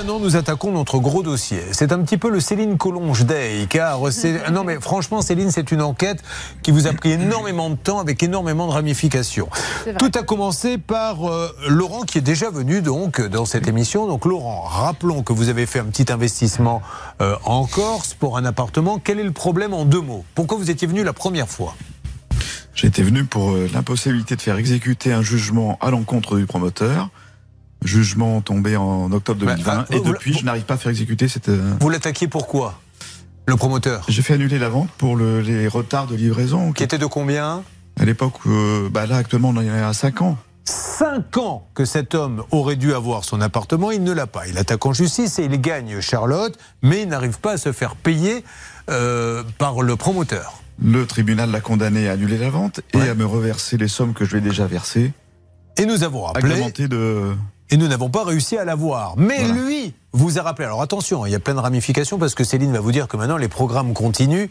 maintenant, nous attaquons notre gros dossier. C'est un petit peu le Céline Collonges Day, car non mais franchement, Céline, c'est une enquête qui vous a pris énormément de temps avec énormément de ramifications. Tout a commencé par Laurent, qui est déjà venu donc dans cette émission. Donc Laurent, rappelons que vous avez fait un petit investissement en Corse pour un appartement. Quel est le problème en 2 mots? Pourquoi vous étiez venu la première fois? J'étais venu pour l'impossibilité de faire exécuter un jugement à l'encontre du promoteur. Jugement tombé en octobre 2020. Et depuis, je n'arrive pas à faire exécuter cette... Vous l'attaquiez pourquoi, le promoteur? J'ai fait annuler la vente pour les retards de livraison. Qui était de combien? À l'époque, là actuellement, on en est à 5 ans. 5 ans que cet homme aurait dû avoir son appartement, il ne l'a pas. Il attaque en justice et il gagne Charlotte, mais il n'arrive pas à se faire payer par le promoteur. Le tribunal l'a condamné à annuler la vente et à me reverser les sommes que je lui ai déjà versées. Et nous avons appelé. Agrémenté de... Et nous n'avons pas réussi à l'avoir. Mais lui vous a rappelé. Alors attention, il y a plein de ramifications parce que Céline va vous dire que maintenant les programmes continuent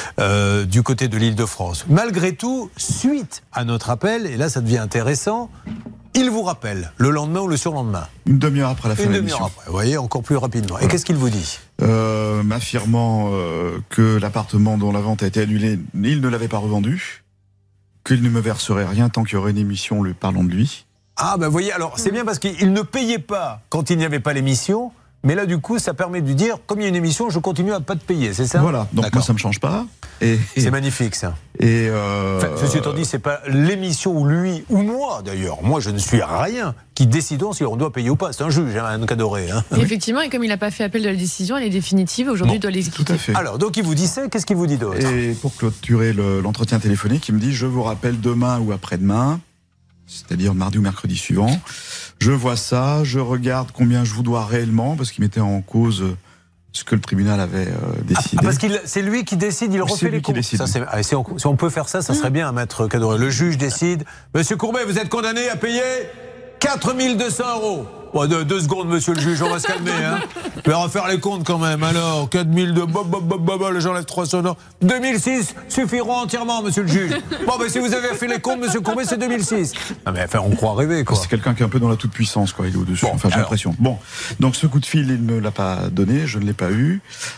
du côté de l'Île-de-France. Malgré tout, suite à notre appel, et là ça devient intéressant, il vous rappelle le lendemain ou le surlendemain. Une demi-heure après la fin de l'émission. Une demi-heure après, vous voyez, encore plus rapidement. Et qu'est-ce qu'il vous dit? M'affirmant que l'appartement dont la vente a été annulée, il ne l'avait pas revendu, qu'il ne me verserait rien tant qu'il y aurait une émission lui parlant de lui. Ah ben vous voyez, alors c'est bien parce qu'il ne payait pas quand il n'y avait pas l'émission, mais là du coup ça permet de dire, comme il y a une émission, je continue à pas te payer, c'est ça? Voilà, donc moi ça me change pas. C'est magnifique ça. Ceci étant dit, c'est pas l'émission ou lui ou moi d'ailleurs. Moi je ne suis rien qui décidons si on doit payer ou pas. C'est un juge, un cadoré. Effectivement, et comme il n'a pas fait appel de la décision, elle est définitive. Aujourd'hui, il doit l'exécuter. Tout à fait. Alors, donc il vous dit ça, qu'est-ce qu'il vous dit d'autre? Et pour clôturer l'entretien téléphonique, il me dit, je vous rappelle demain ou après-demain, c'est-à-dire mardi ou mercredi suivant. Je vois ça, je regarde combien je vous dois réellement, parce qu'il mettait en cause ce que le tribunal avait décidé. Parce que c'est lui qui décide, il refait les comptes. Ça, si on peut faire ça, ça serait bien, maître Cadoré. Le juge décide. Monsieur Courbet, vous êtes condamné à payer 4 200 €. Bon, 2 secondes, monsieur le juge, on va se calmer. Je vais refaire les comptes quand même. Alors, 4 000 de... j'enlève 300 €. 2006 suffiront entièrement, monsieur le juge. Bon, mais si vous avez fait les comptes, monsieur Courbet, c'est 2006. Ah, mais enfin, on croit rêver, quoi. C'est quelqu'un qui est un peu dans la toute-puissance, quoi. Il est au-dessus. Bon, enfin, j'ai l'impression. Bon, donc ce coup de fil, il ne l'a pas donné, je ne l'ai pas eu.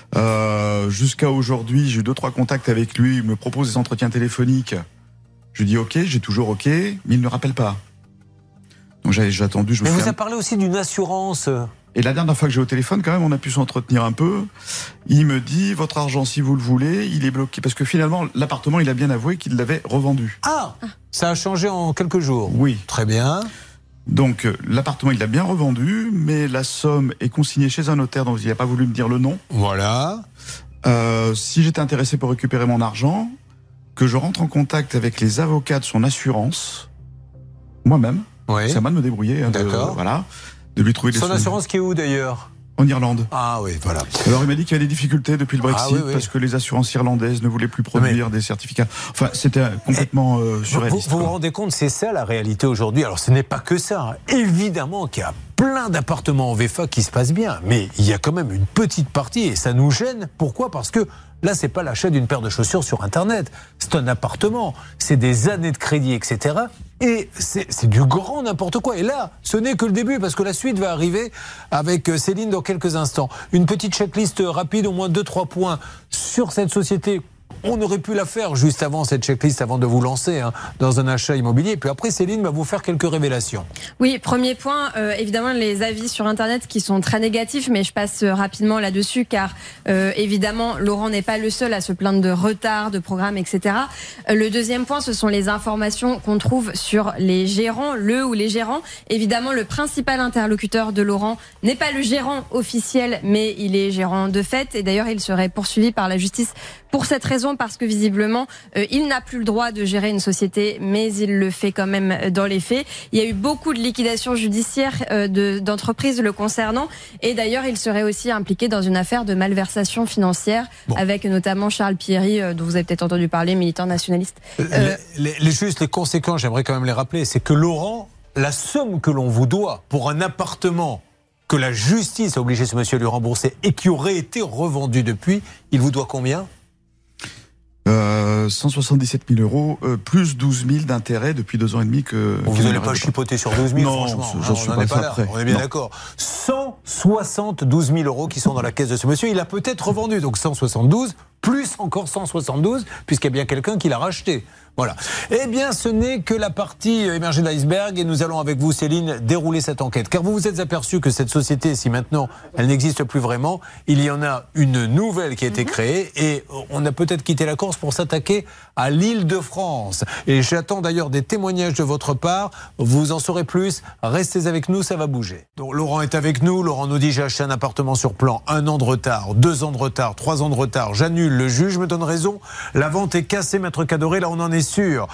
Jusqu'à aujourd'hui, j'ai eu 2-3 contacts avec lui. Il me propose des entretiens téléphoniques. Je dis OK, j'ai toujours OK, mais il ne rappelle pas. Donc j'ai attendu. Mais vous avez parlé aussi d'une assurance. Et la dernière fois que j'ai au téléphone, quand même, on a pu s'entretenir un peu. Il me dit, votre argent, si vous le voulez, il est bloqué. Parce que finalement, l'appartement, il a bien avoué qu'il l'avait revendu. Ah, ça a changé en quelques jours. Oui. Très bien. Donc l'appartement, il l'a bien revendu, mais la somme est consignée chez un notaire, donc il n'a pas voulu me dire le nom. Voilà. Si j'étais intéressé pour récupérer mon argent, que je rentre en contact avec les avocats de son assurance, moi-même. Oui. C'est à moi de me débrouiller. D'accord. Voilà. De lui trouver des son assurance qui est où d'ailleurs? En Irlande. Ah oui, voilà. Alors il m'a dit qu'il y avait des difficultés depuis le Brexit parce que les assurances irlandaises ne voulaient plus produire des certificats. Enfin, c'était complètement surréaliste. Vous vous rendez compte, c'est ça la réalité aujourd'hui. Alors ce n'est pas que ça. Évidemment qu'il y a plein d'appartements en VFA qui se passent bien, mais il y a quand même une petite partie et ça nous gêne. Pourquoi? Parce que là, c'est pas l'achat d'une paire de chaussures sur Internet. C'est un appartement. C'est des années de crédit, etc. Et c'est du grand n'importe quoi. Et là, ce n'est que le début, parce que la suite va arriver avec Céline dans quelques instants. Une petite checklist rapide, au moins 2-3 points sur cette société. On aurait pu la faire juste avant cette checklist, avant de vous lancer dans un achat immobilier. Et puis après, Céline va vous faire quelques révélations. Oui, premier point, évidemment, les avis sur Internet qui sont très négatifs, mais je passe rapidement là-dessus, car évidemment, Laurent n'est pas le seul à se plaindre de retard, de programmes, etc. Le deuxième point, ce sont les informations qu'on trouve sur les gérants, le ou les gérants. Évidemment, le principal interlocuteur de Laurent n'est pas le gérant officiel, mais il est gérant de fait. Et d'ailleurs, il serait poursuivi par la justice pour cette raison, parce que visiblement, il n'a plus le droit de gérer une société, mais il le fait quand même dans les faits. Il y a eu beaucoup de liquidations judiciaires d'entreprises le concernant, et d'ailleurs, il serait aussi impliqué dans une affaire de malversation financière, avec notamment Charles Pierry, dont vous avez peut-être entendu parler, militant nationaliste. Les conséquences, j'aimerais quand même les rappeler, c'est que Laurent, la somme que l'on vous doit pour un appartement que la justice a obligé ce monsieur à lui rembourser et qui aurait été revendu depuis, il vous doit combien ? 177 000 euros, plus 12 000 d'intérêts depuis 2 ans et demi que... Vous n'allez pas chipoter sur 12 000, non, franchement. J'en suis pas ça près. On est bien d'accord. 172 000 euros qui sont dans la caisse de ce monsieur. Il a peut-être revendu, donc 172, plus encore 172, puisqu'il y a bien quelqu'un qui l'a racheté. Voilà. Eh bien, ce n'est que la partie émergée de l'iceberg et nous allons avec vous, Céline, dérouler cette enquête. Car vous vous êtes aperçu que cette société, si maintenant elle n'existe plus vraiment, il y en a une nouvelle qui a été créée et on a peut-être quitté la Corse pour s'attaquer à l'Île-de-France. Et j'attends d'ailleurs des témoignages de votre part. Vous en saurez plus. Restez avec nous, ça va bouger. Donc, Laurent est avec nous. Laurent nous dit, j'ai acheté un appartement sur plan. 1 an de retard, 2 ans de retard, 3 ans de retard. J'annule. Le juge me donne raison. La vente est cassée, maître Cadoré. Là, on en est sûr.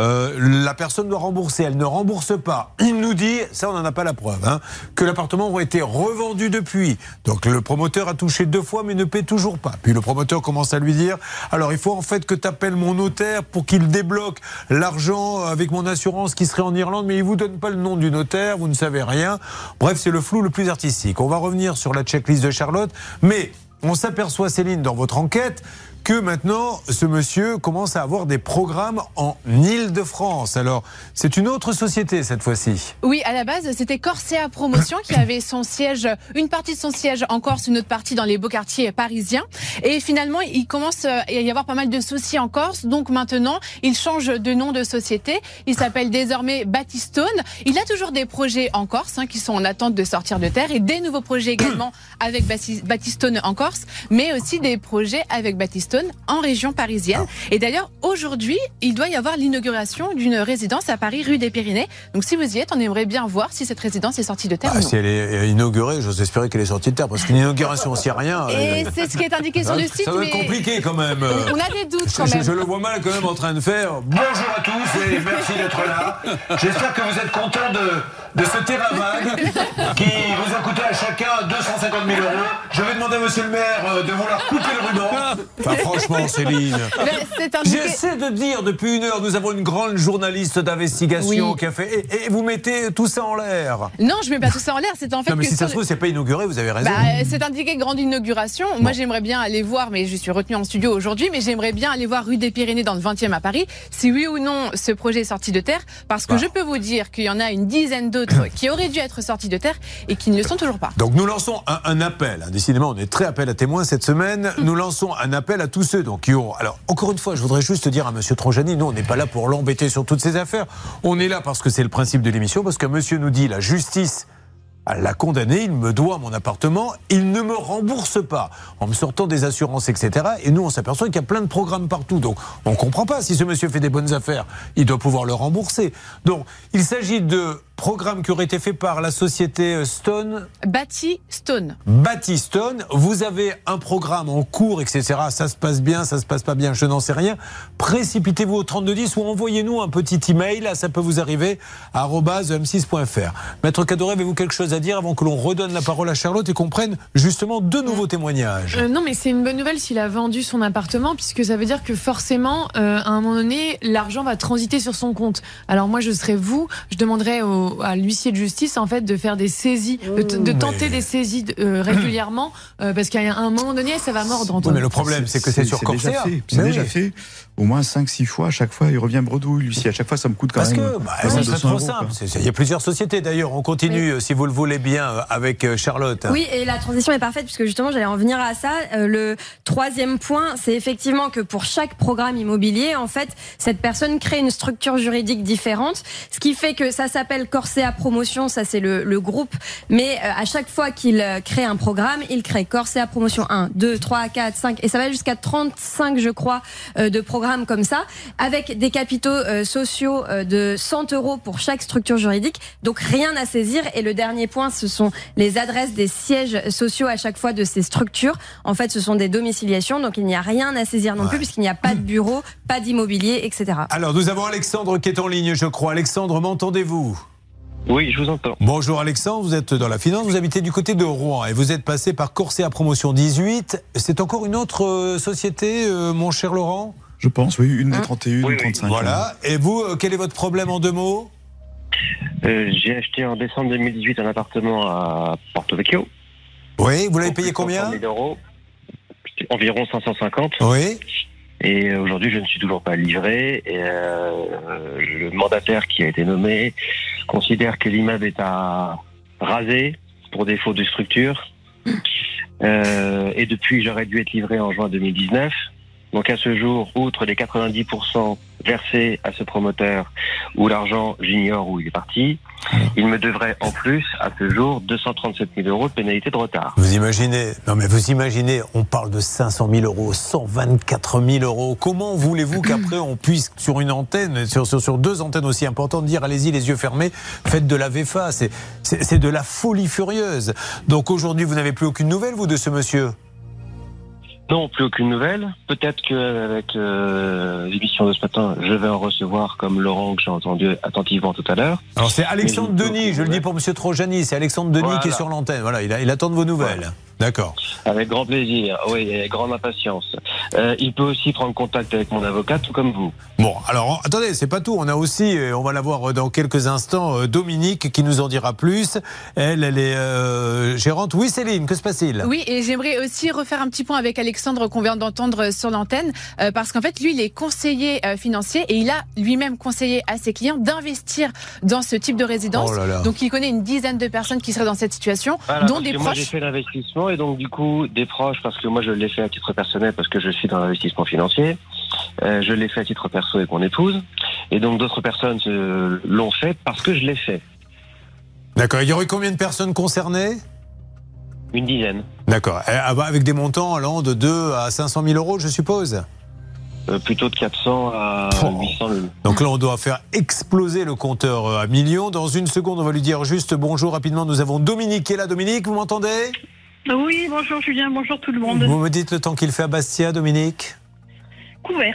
La personne doit rembourser. Elle ne rembourse pas. Il nous dit, ça on n'en a pas la preuve, que l'appartement aurait été revendu depuis. Donc le promoteur a touché 2 fois mais ne paie toujours pas. Puis le promoteur commence à lui dire, alors il faut en fait que tu appelles mon notaire pour qu'il débloque l'argent avec mon assurance qui serait en Irlande, mais il vous donne pas le nom du notaire, vous ne savez rien. Bref, c'est le flou le plus artistique. On va revenir sur la checklist de Charlotte, mais on s'aperçoit, Céline, dans votre enquête, que maintenant, ce monsieur commence à avoir des programmes en Île-de-France. Alors, c'est une autre société cette fois-ci. Oui, à la base, c'était Corsea Promotion qui avait son siège, une partie de son siège en Corse, une autre partie dans les beaux quartiers parisiens. Et finalement, il commence à y avoir pas mal de soucis en Corse. Donc maintenant, il change de nom de société. Il s'appelle désormais Battistone. Il a toujours des projets en Corse qui sont en attente de sortir de terre et des nouveaux projets également avec Battistone en Corse, mais aussi des projets avec Battistone en région parisienne. Et d'ailleurs, aujourd'hui, il doit y avoir l'inauguration d'une résidence à Paris, rue des Pyrénées. Donc si vous y êtes, on aimerait bien voir si cette résidence est sortie de terre ou non. Si elle est inaugurée, j'ose espérer qu'elle est sortie de terre, parce qu'une inauguration, s'il n'y a rien... Et c'est ce qui est indiqué sur le site. Ça va être compliqué quand même. On a des doutes quand même. Je le vois mal quand même en train de faire. Bonjour à tous et merci d'être là. J'espère que vous êtes contents de ce terrain vague qui vous a coûté à chacun 250 000 euros. Je vais demander à monsieur le maire de vouloir couper le ruban. Enfin, franchement, Céline, j'essaie de dire depuis 1 heure, nous avons une grande journaliste d'investigation qui a fait... Et vous mettez tout ça en l'air. Non, je ne mets pas tout ça en l'air. C'est en fait non, mais si ça se trouve, c'est pas inauguré, vous avez raison. C'est indiqué grande inauguration. Bon. Moi, j'aimerais bien aller voir, mais je suis retenue en studio aujourd'hui, mais j'aimerais bien aller voir rue des Pyrénées dans le 20e à Paris, si oui ou non ce projet est sorti de terre, parce que je peux vous dire qu'il y en a une dizaine d'autres qui auraient dû être sortis de terre et qui ne le sont toujours pas. Donc nous lançons un appel. Décidément, on est très appel à témoins cette semaine. Nous lançons un appel à tous ceux qui ont... Alors, encore une fois, je voudrais juste dire à monsieur Tronjani, nous, on n'est pas là pour l'embêter sur toutes ces affaires. On est là parce que c'est le principe de l'émission, parce que monsieur nous dit, la justice l'a condamné, il me doit mon appartement, il ne me rembourse pas en me sortant des assurances, etc. Et nous, on s'aperçoit qu'il y a plein de programmes partout. Donc, on ne comprend pas. Si ce monsieur fait des bonnes affaires, il doit pouvoir le rembourser. Donc, il s'agit de programme qui aurait été fait par la société Stone. Battistone. Battistone. Vous avez un programme en cours, etc. Ça se passe bien, ça se passe pas bien, je n'en sais rien. Précipitez-vous au 3210 ou envoyez-nous un petit email. Là, ça peut vous arriver à @m6.fr. Maître Cadoré, avez-vous quelque chose à dire avant que l'on redonne la parole à Charlotte et qu'on prenne justement 2 nouveaux témoignages? Non, mais c'est une bonne nouvelle s'il a vendu son appartement, puisque ça veut dire que forcément, à un moment donné, l'argent va transiter sur son compte. Alors moi, je serais vous, je demanderais à l'huissier de justice en fait de faire des saisies, de tenter des saisies régulièrement, parce qu'à un moment donné, ça va mordre. Oui, mais le problème, c'est que c'est sur Corsea. C'est déjà fait. Au moins 5-6 fois, à chaque fois, il revient bredouille, l'huissier. À chaque fois, ça me coûte quand même. Parce que ça serait trop simple. Il y a plusieurs sociétés d'ailleurs. On continue, si vous le voulez bien, avec Charlotte. Oui, et la transition est parfaite, puisque justement, j'allais en venir à ça. Le 3e point, c'est effectivement que pour chaque programme immobilier, en fait, cette personne crée une structure juridique différente, ce qui fait que ça s'appelle Corsea Promotion, ça c'est le groupe, mais à chaque fois qu'il crée un programme, il crée Corsea Promotion 1, 2, 3, 4, 5, et ça va jusqu'à 35, je crois, de programmes comme ça, avec des capitaux sociaux de 100 euros pour chaque structure juridique, donc rien à saisir. Et le dernier point, ce sont les adresses des sièges sociaux à chaque fois de ces structures. En fait, ce sont des domiciliations, donc il n'y a rien à saisir non plus, puisqu'il n'y a pas de bureau, pas d'immobilier, etc. Alors, nous avons Alexandre qui est en ligne, je crois. Alexandre, m'entendez-vous ? Oui, je vous entends. Bonjour Alexandre, vous êtes dans la finance, vous habitez du côté de Rouen et vous êtes passé par Corsea Promotion 18. C'est encore une autre société, mon cher Laurent ? Je pense, oui, une des 31, une 35. Voilà. Et vous, quel est votre problème en 2 mots ? J'ai acheté en décembre 2018 un appartement à Porto Vecchio. Oui, vous l'avez payé combien ? 100 000 euros, environ 550. Oui. Et aujourd'hui, je ne suis toujours pas livré. Et le mandataire qui a été nommé considère que l'immeuble est à raser pour défaut de structure. Et depuis, j'aurais dû être livré en juin 2019. Donc à ce jour, outre les 90% versés à ce promoteur, où l'argent, j'ignore où il est parti, il me devrait en plus, à ce jour, 237 000 € de pénalité de retard. Vous imaginez, on parle de 500 000 €, 124 000 €. Comment voulez-vous qu'après on puisse, sur une antenne, sur deux antennes aussi importantes, dire allez-y les yeux fermés, faites de la VFA. C'est de la folie furieuse. Donc aujourd'hui, vous n'avez plus aucune nouvelle, vous, de ce monsieur ? Non, plus aucune nouvelle. Peut-être qu'avec l'émission de ce matin, je vais en recevoir, comme Laurent, que j'ai entendu attentivement tout à l'heure. Alors c'est Alexandre Denis, je le dis pour monsieur Trojani, c'est Alexandre Denis qui est sur l'antenne. Voilà, il attend de vos nouvelles. Voilà. D'accord. Avec grand plaisir, oui, avec grande impatience. Il peut aussi prendre contact avec mon avocat, tout comme vous. Bon, alors attendez, c'est pas tout. On a aussi, on va la voir dans quelques instants, Dominique qui nous en dira plus. Elle est gérante. Oui, Céline, que se passe-t-il ? Oui, et j'aimerais aussi refaire un petit point avec Alexandre qu'on vient d'entendre sur l'antenne, parce qu'en fait, lui, il est conseiller financier et il a lui-même conseillé à ses clients d'investir dans ce type de résidence. Donc, il connaît une dizaine de personnes qui seraient dans cette situation, dont des proches. Moi, j'ai fait l'investissement. Et donc du coup des proches, parce que moi je l'ai fait à titre personnel parce que je suis dans l'investissement financier, je l'ai fait à titre perso avec mon épouse, et donc d'autres personnes l'ont fait parce que je l'ai fait. D'accord, il y aurait combien de personnes concernées ? Une dizaine. D'accord, avec des montants allant de 2 à 500 000 €, je suppose ? Plutôt de 400 à 800 000. Donc là, on doit faire exploser le compteur à millions. Dans une seconde, on va lui dire juste bonjour rapidement. Nous avons Dominique qui est là. Dominique, vous m'entendez ? Oui, bonjour Julien, bonjour tout le monde. Vous me dites le temps qu'il fait à Bastia, Dominique ? Couvert.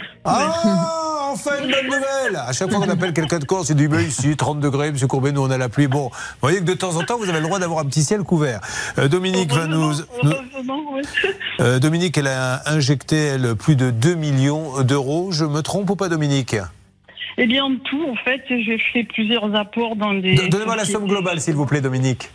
Ah, enfin une bonne nouvelle. À chaque fois qu'on appelle quelqu'un de Corse, il dit mais ici 30 degrés, monsieur Courbet, nous on a la pluie. Bon, vous voyez que de temps en temps vous avez le droit d'avoir un petit ciel couvert. Dominique va nous. Dominique, elle a injecté elle plus de 2 millions d'euros. Je me trompe ou pas, Dominique ? Eh bien, en tout, en fait, j'ai fait plusieurs apports dans des. Donnez-moi la somme globale, s'il vous plaît, Dominique.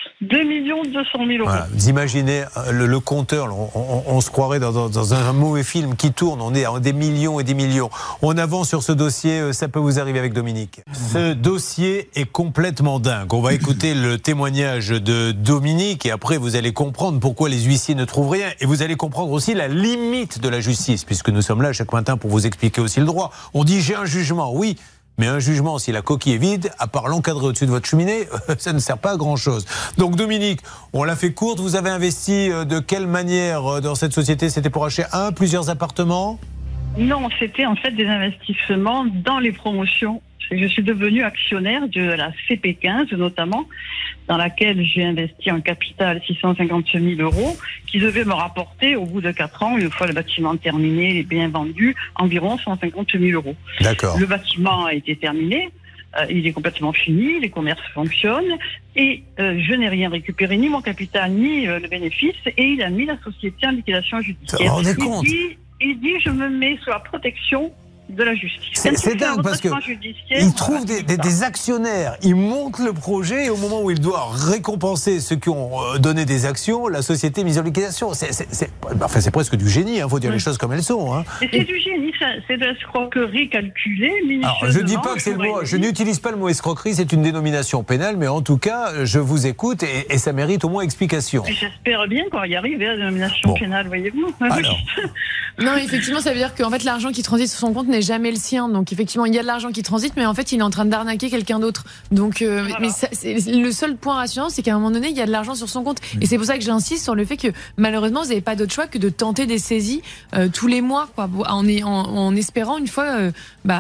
2 200 000 €. Voilà. Vous imaginez le compteur, on se croirait dans un mauvais film qui tourne, on est à des millions et des millions. On avance sur ce dossier, ça peut vous arriver avec Dominique. Ce dossier est complètement dingue. On va écouter le témoignage de Dominique et après vous allez comprendre pourquoi les huissiers ne trouvent rien et vous allez comprendre aussi la limite de la justice, puisque nous sommes là chaque matin pour vous expliquer aussi le droit. On dit j'ai un jugement, oui. Mais un jugement, si la coquille est vide, à part l'encadrer au-dessus de votre cheminée, ça ne sert pas à grand-chose. Donc Dominique, on l'a fait courte. Vous avez investi de quelle manière dans cette société ? C'était pour acheter plusieurs appartements ? Non, c'était en fait des investissements dans les promotions. Je suis devenue actionnaire de la CP15 notamment, dans laquelle j'ai investi en capital 650 000 € qui devait me rapporter au bout de 4 ans, une fois le bâtiment terminé, les biens vendus, environ 150 000 €. D'accord. Le bâtiment a été terminé, il est complètement fini, les commerces fonctionnent et je n'ai rien récupéré, ni mon capital, ni le bénéfice, et il a mis la société en liquidation judiciaire. Vous vous rendez compte ? Il dit je me mets sous la protection de la justice. C'est dingue parce que il trouve des actionnaires, il monte le projet et au moment où il doit récompenser ceux qui ont donné des actions, la société est mise en liquidation. C'est presque du génie, faut dire les choses comme elles sont. Hein. Et c'est du génie, c'est de l'escroquerie calculée, minutieusement. Alors, je dis pas que c'est le mot, je n'utilise pas le mot escroquerie, c'est une dénomination pénale, mais en tout cas, je vous écoute et ça mérite au moins explication. J'espère bien qu'on y arrive à la dénomination pénale, voyez-vous. Alors. Non, effectivement, ça veut dire qu'en fait, l'argent qui transite sur son compte n'est jamais le sien. Donc, effectivement, il y a de l'argent qui transite, mais en fait, il est en train d'arnaquer quelqu'un d'autre. Donc, voilà. Mais le seul point rassurant, c'est qu'à un moment donné, il y a de l'argent sur son compte. Et c'est pour ça que j'insiste sur le fait que, malheureusement, vous n'avez pas d'autre choix que de tenter des saisies tous les mois, quoi, en espérant une fois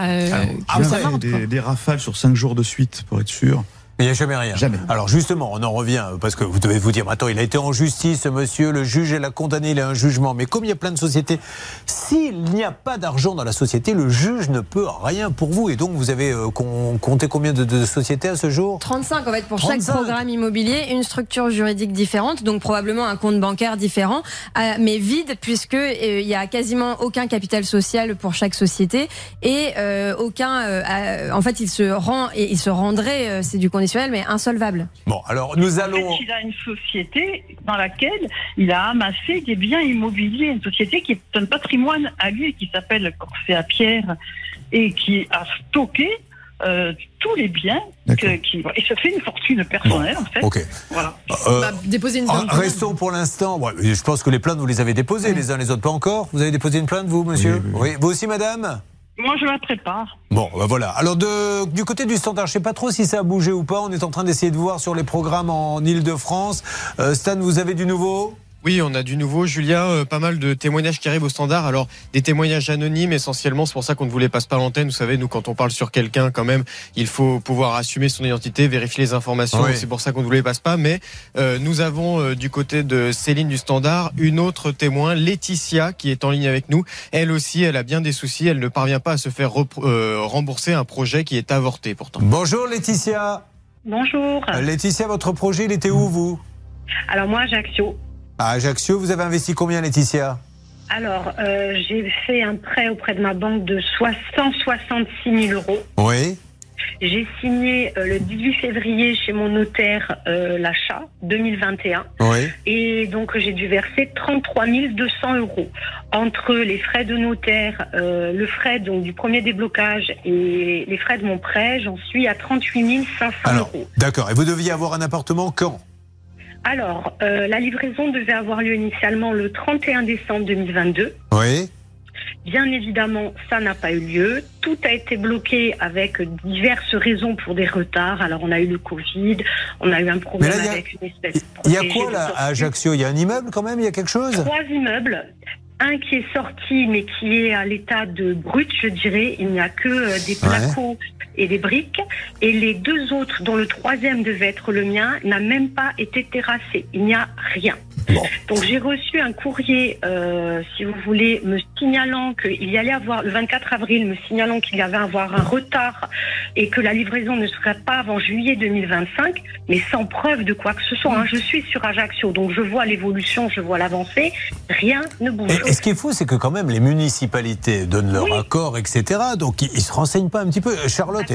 que ça marche. Des rafales sur 5 jours de suite, pour être sûr. Mais il n'y a jamais rien. Jamais. Alors justement, on en revient, parce que vous devez vous dire, attends, il a été en justice, ce monsieur, le juge l'a condamné, il a un jugement. Mais comme il y a plein de sociétés, s'il n'y a pas d'argent dans la société, le juge ne peut rien pour vous. Et donc, vous avez compté combien de sociétés à ce jour ? 35 en fait, pour 35. chaque programme immobilier, une structure juridique différente, donc probablement un compte bancaire différent, mais vide, puisque il y a quasiment aucun capital social pour chaque société et aucun. En fait, il se rendrait, c'est du conditionnel professionnel, mais insolvable. Bon, alors nous allons... En fait, il a une société dans laquelle il a amassé des biens immobiliers, une société qui est un patrimoine à lui, qui s'appelle Corset Pierre, et qui a stocké tous les biens et ça fait une fortune personnelle en fait. Ok. Voilà. Déposer une plainte. Restons pour l'instant. Ouais, je pense que les plaintes vous les avez déposées les uns les autres, pas encore. Vous avez déposé une plainte vous, monsieur? Oui. Vous aussi, madame? Moi, je la prépare. Bon, voilà. Alors, du côté du Standard, je ne sais pas trop si ça a bougé ou pas. On est en train d'essayer de voir sur les programmes en Ile-de-France. Stan, vous avez du nouveau? Oui, on a du nouveau, Julien, pas mal de témoignages qui arrivent au Standard. Alors, des témoignages anonymes essentiellement, c'est pour ça qu'on ne vous les passe pas à l'antenne. Vous savez, nous, quand on parle sur quelqu'un, quand même, il faut pouvoir assumer son identité, vérifier les informations. Oui. C'est pour ça qu'on ne vous les passe pas. Mais nous avons, du côté de Céline du Standard, une autre témoin, Laetitia, qui est en ligne avec nous. Elle aussi, elle a bien des soucis. Elle ne parvient pas à se faire rembourser un projet qui est avorté, pourtant. Bonjour, Laetitia. Bonjour. Laetitia, votre projet, il était où, vous? Alors, moi, Ajaccio. À Ajaccio, vous avez investi combien, Laetitia? Alors, j'ai fait un prêt auprès de ma banque de 166 000 euros. Oui. J'ai signé le 18 février chez mon notaire l'achat 2021. Oui. Et donc, j'ai dû verser 33 200 euros. Entre les frais de notaire, le frais donc, du premier déblocage et les frais de mon prêt, j'en suis à 38 500 euros. D'accord. Et vous deviez avoir un appartement quand? Alors, la livraison devait avoir lieu initialement le 31 décembre 2022. Oui. Bien évidemment, ça n'a pas eu lieu. Tout a été bloqué avec diverses raisons pour des retards. Alors, on a eu le Covid, on a eu un problème avec une espèce... Il y a quoi là à Ajaccio? Il y a un immeuble quand même? Il y a quelque chose? 3 immeubles. Un qui est sorti, mais qui est à l'état de brut, je dirais. Il n'y a que des placos et des briques. Et les 2 autres, dont le 3e devait être le mien, n'a même pas été terrassé. Il n'y a rien. Bon. Donc j'ai reçu un courrier, si vous voulez, me signalant qu'il y allait avoir, le 24 avril, me signalant qu'il y avait avoir un retard et que la livraison ne serait pas avant juillet 2025, mais sans preuve de quoi que ce soit. Je suis sur Ajaccio, donc je vois l'évolution, je vois l'avancée. Rien ne bouge. Et ce qui est fou, c'est que quand même les municipalités donnent leur accord, etc. Donc ils se renseignent pas un petit peu. Charlotte,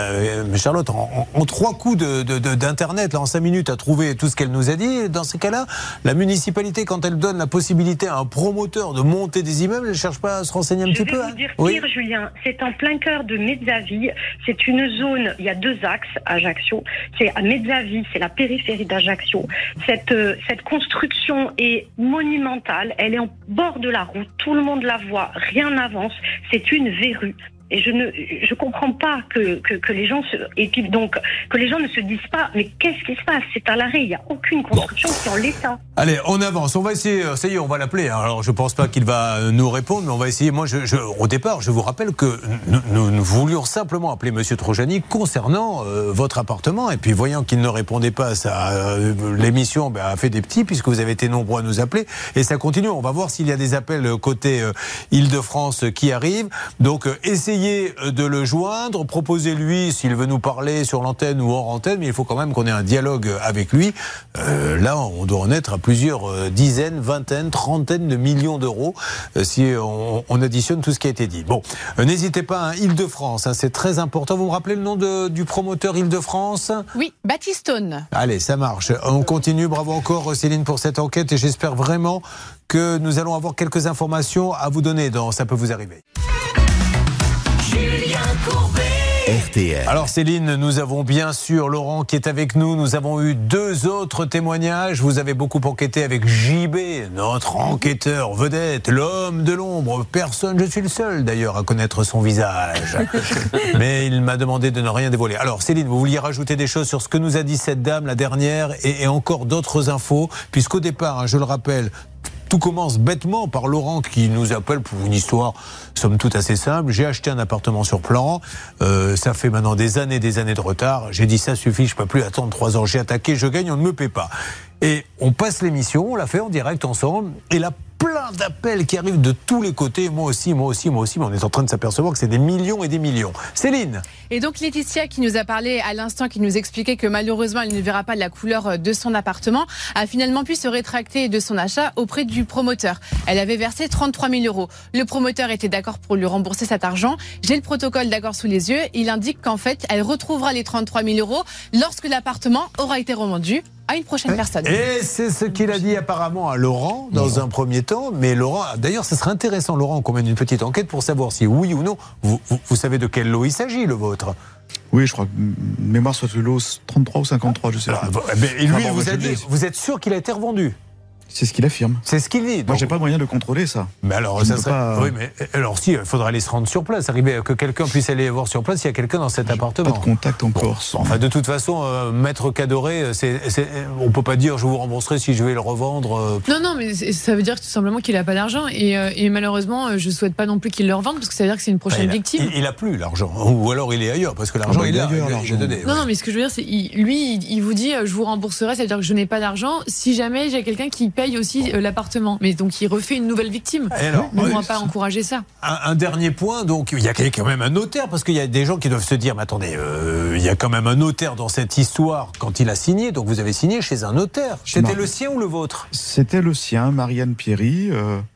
en 3 coups d'internet, là, en 5 minutes, a trouvé tout ce qu'elle nous a dit. Dans ces cas-là, la municipalité, quand elle donne la possibilité à un promoteur de monter des immeubles, elle ne cherche pas à se renseigner un petit peu. Je vais vous dire pire, Julien. C'est en plein cœur de Mezzaville. C'est une zone, il y a 2 axes à Ajaccio. C'est à Mezzaville, c'est la périphérie d'Ajaccio. Cette construction est monumentale. Elle est en bord de la route. Tout le monde la voit. Rien n'avance. C'est une verrue. Et je comprends pas que les gens que les gens ne se disent pas mais qu'est-ce qui se passe, c'est à l'arrêt, il n'y a aucune construction qui est en l'état. Allez, on avance, on va essayer, ça y est, on va l'appeler. Alors je pense pas qu'il va nous répondre, mais on va essayer. Moi, au départ, je vous rappelle que nous voulions simplement appeler Monsieur Trojani concernant votre appartement, et puis voyant qu'il ne répondait pas, l'émission a fait des petits puisque vous avez été nombreux à nous appeler, et ça continue. On va voir s'il y a des appels côté Île-de-France qui arrivent. Donc essayez de le joindre, proposez-lui s'il veut nous parler sur l'antenne ou hors antenne, mais il faut quand même qu'on ait un dialogue avec lui. Là, on doit en être à plusieurs dizaines, vingtaines, trentaines de millions d'euros si on additionne tout ce qui a été dit. Bon, n'hésitez pas, Île-de-France, c'est très important. Vous me rappelez le nom du promoteur Île-de-France? Oui, Baptistone. Allez, ça marche. On continue. Bravo encore, Céline, pour cette enquête, et j'espère vraiment que nous allons avoir quelques informations à vous donner dans Ça peut vous arriver. Julien Courbet. RTL. Alors Céline, nous avons bien sûr Laurent qui est avec nous. Nous avons eu 2 autres témoignages. Vous avez beaucoup enquêté avec JB, notre enquêteur vedette, l'homme de l'ombre. Personne, je suis le seul d'ailleurs à connaître son visage. Mais il m'a demandé de ne rien dévoiler. Alors Céline, vous vouliez rajouter des choses sur ce que nous a dit cette dame, la dernière, et encore d'autres infos, puisqu'au départ, je le rappelle, tout commence bêtement par Laurent qui nous appelle pour une histoire somme toute assez simple. J'ai acheté un appartement sur plan, ça fait maintenant des années de retard. J'ai dit ça suffit, je peux plus attendre 3 ans. J'ai attaqué, je gagne, on ne me paie pas. Et on passe l'émission, on l'a fait en direct ensemble. Et la plein d'appels qui arrivent de tous les côtés. Moi aussi, mais on est en train de s'apercevoir que c'est des millions et des millions. Céline. Et donc Laetitia, qui nous a parlé à l'instant, qui nous expliquait que malheureusement elle ne verra pas la couleur de son appartement, a finalement pu se rétracter de son achat auprès du promoteur. Elle avait versé 33 000 €. Le promoteur était d'accord pour lui rembourser cet argent. J'ai le protocole d'accord sous les yeux. Il indique qu'en fait, elle retrouvera les 33 000 € lorsque l'appartement aura été revendu à une prochaine personne. Et c'est ce qu'il a dit apparemment à Laurent dans un premier temps. Mais Laurent, d'ailleurs, ce serait intéressant, Laurent, qu'on mène une petite enquête pour savoir si oui ou non, vous savez de quel lot il s'agit, le vôtre. Oui, je crois que mémoire soit le lot 33 ou 53, je sais pas. Et lui, il vous a dit, vous êtes sûr qu'il a été revendu ? C'est ce qu'il affirme. C'est ce qu'il dit. Moi, j'ai pas moyen de contrôler ça. Mais alors, ça serait... Oui, mais alors si, il faudra aller se rendre sur place, arriver que quelqu'un puisse aller voir sur place s'il y a quelqu'un dans cet appartement. Pas de contact en Corse. Bon, enfin, de toute façon, Maître Cadoré, on peut pas dire je vous rembourserai si je vais le revendre. Non, mais ça veut dire tout simplement qu'il a pas d'argent et malheureusement, je souhaite pas non plus qu'il le revende parce que ça veut dire que c'est une prochaine victime. Il a plus l'argent, ou alors il est ailleurs parce que l'argent il est ailleurs. Non, mais ce que je veux dire, c'est il vous dit je vous rembourserai, ça veut dire que je n'ai pas d'argent si jamais j'ai quelqu'un qui paye aussi l'appartement. Mais donc il refait une nouvelle victime. Alors, on ne va pas encourager ça. Un dernier point, donc il y a quand même un notaire, parce qu'il y a des gens qui doivent se dire, mais attendez, il y a quand même un notaire dans cette histoire quand il a signé, donc vous avez signé chez un notaire. C'était le sien ou le vôtre ? C'était le sien, Marianne Pierry.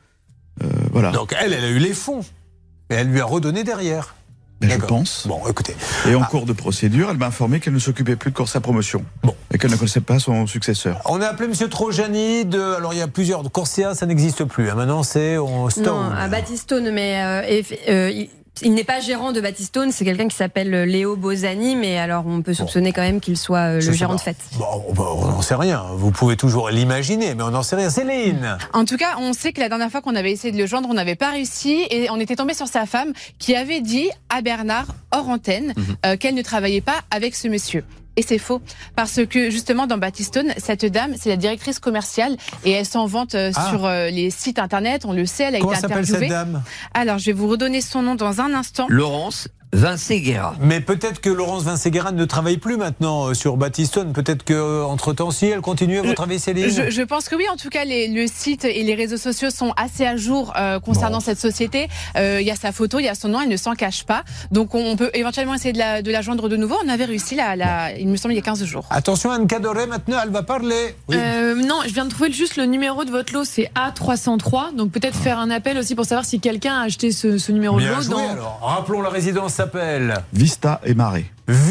Voilà. Donc elle a eu les fonds, et elle lui a redonné derrière. Je pense. Bon, écoutez. Et en cours de procédure, elle m'a informé qu'elle ne s'occupait plus de Corsia Promotion. Bon. Et qu'elle ne connaissait pas son successeur. On a appelé M. Trojani alors il y a plusieurs. Corsia, ça n'existe plus. Maintenant, c'est Stone. Non, à Battistone, mais il n'est pas gérant de Battistone, c'est quelqu'un qui s'appelle Léo Bosani, mais alors on peut soupçonner quand même qu'il soit le gérant de fête. Bon, on n'en sait rien. Vous pouvez toujours l'imaginer, mais on n'en sait rien. Céline. En tout cas, on sait que la dernière fois qu'on avait essayé de le joindre, on n'avait pas réussi et on était tombé sur sa femme qui avait dit à Bernard, hors antenne, qu'elle ne travaillait pas avec ce monsieur. Et c'est faux, parce que justement dans Battistone, cette dame, c'est la directrice commerciale et elle s'en vante sur les sites internet, on le sait, elle a été interviewée. Comment s'appelle cette dame ? Alors, je vais vous redonner son nom dans un instant. Laurence Vinceguera. Mais peut-être que Laurence Vinceguera ne travaille plus maintenant sur Battistone. Peut-être qu'entre-temps, si elle continue à vous travailler, Céline. Je pense que oui. En tout cas, le site et les réseaux sociaux sont assez à jour concernant cette société. Il y a sa photo, il y a son nom, elle ne s'en cache pas. Donc on peut éventuellement essayer de la joindre de nouveau. On avait réussi, il me semble, il y a 15 jours. Attention, Anne Cadoré, maintenant, elle va parler. Oui. Non, je viens de trouver juste le numéro de votre lot, c'est A303. Donc peut-être faire un appel aussi pour savoir si quelqu'un a acheté ce numéro de lot. Bien joué, alors. Rappelons la résidence s'appelle Vista et Marais.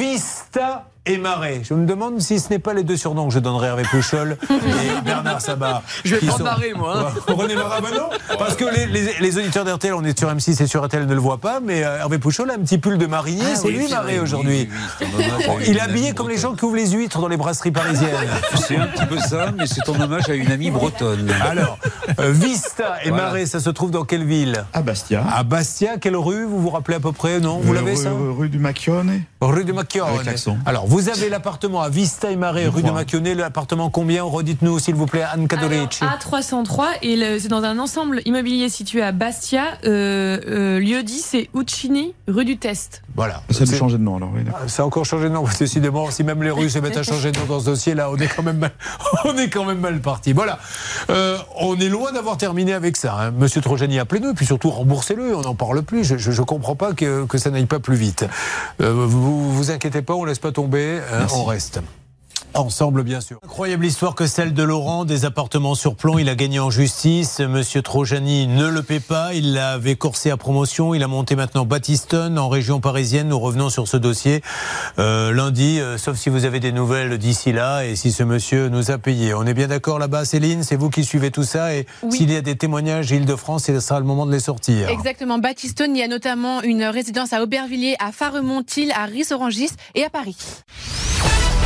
Vista et Marais. Je me demande si ce n'est pas les deux surnoms que je donnerai à Hervé Pouchol et Bernard Sabat. Je vais prendre Marais, moi. René Marais, non, parce que les auditeurs d'RTL, on est sur M6 et sur RTL, ne le voient pas, mais Hervé Pouchol a un petit pull de marinier, c'est lui Marais aujourd'hui. Il est habillé comme les gens qui ouvrent les huîtres dans les brasseries parisiennes. C'est un petit peu ça, mais c'est en hommage à une amie bretonne. Alors, Vista et Marais, ça se trouve dans quelle ville ? À Bastia. À Bastia, quelle rue ? Vous vous rappelez à peu près ? Non, vous l'avez ça ? Rue du Macchione. Rue du Macchione. Avec l'accent. Alors, vous avez l'appartement à Vista et Marais, rue de Macchione. L'appartement combien ? Redites-nous, s'il vous plaît, Anne Cadoreci. A303, et c'est dans un ensemble immobilier situé à Bastia. Lieu dit, c'est Uccini, rue du Test. Voilà. Ça a changé de nom, alors. Oui, ça a encore changé de nom, décidément. Si même les rues se mettent à changer de nom dans ce dossier-là, on est quand même mal parti. Voilà. On est loin d'avoir terminé avec ça. Hein. Monsieur Trojani, appelez-nous, et puis surtout, remboursez-le. On n'en parle plus. Je ne comprends pas que ça n'aille pas plus vite. Vous inquiétez pas, on ne laisse pas tomber. On reste. Ensemble, bien sûr. Incroyable histoire que celle de Laurent, des appartements sur plomb. Il a gagné en justice. Monsieur Trojani ne le paie pas. Il l'avait corsé à promotion. Il a monté maintenant Battistone en région parisienne. Nous revenons sur ce dossier lundi, sauf si vous avez des nouvelles d'ici là et si ce monsieur nous a payé. On est bien d'accord là-bas, Céline ? C'est vous qui suivez tout ça et s'il y a des témoignages Île-de-France, ce sera le moment de les sortir. Exactement. Battistone, il y a notamment une résidence à Aubervilliers, à Faremont-Tilles, à Ris-Orangis et à Paris.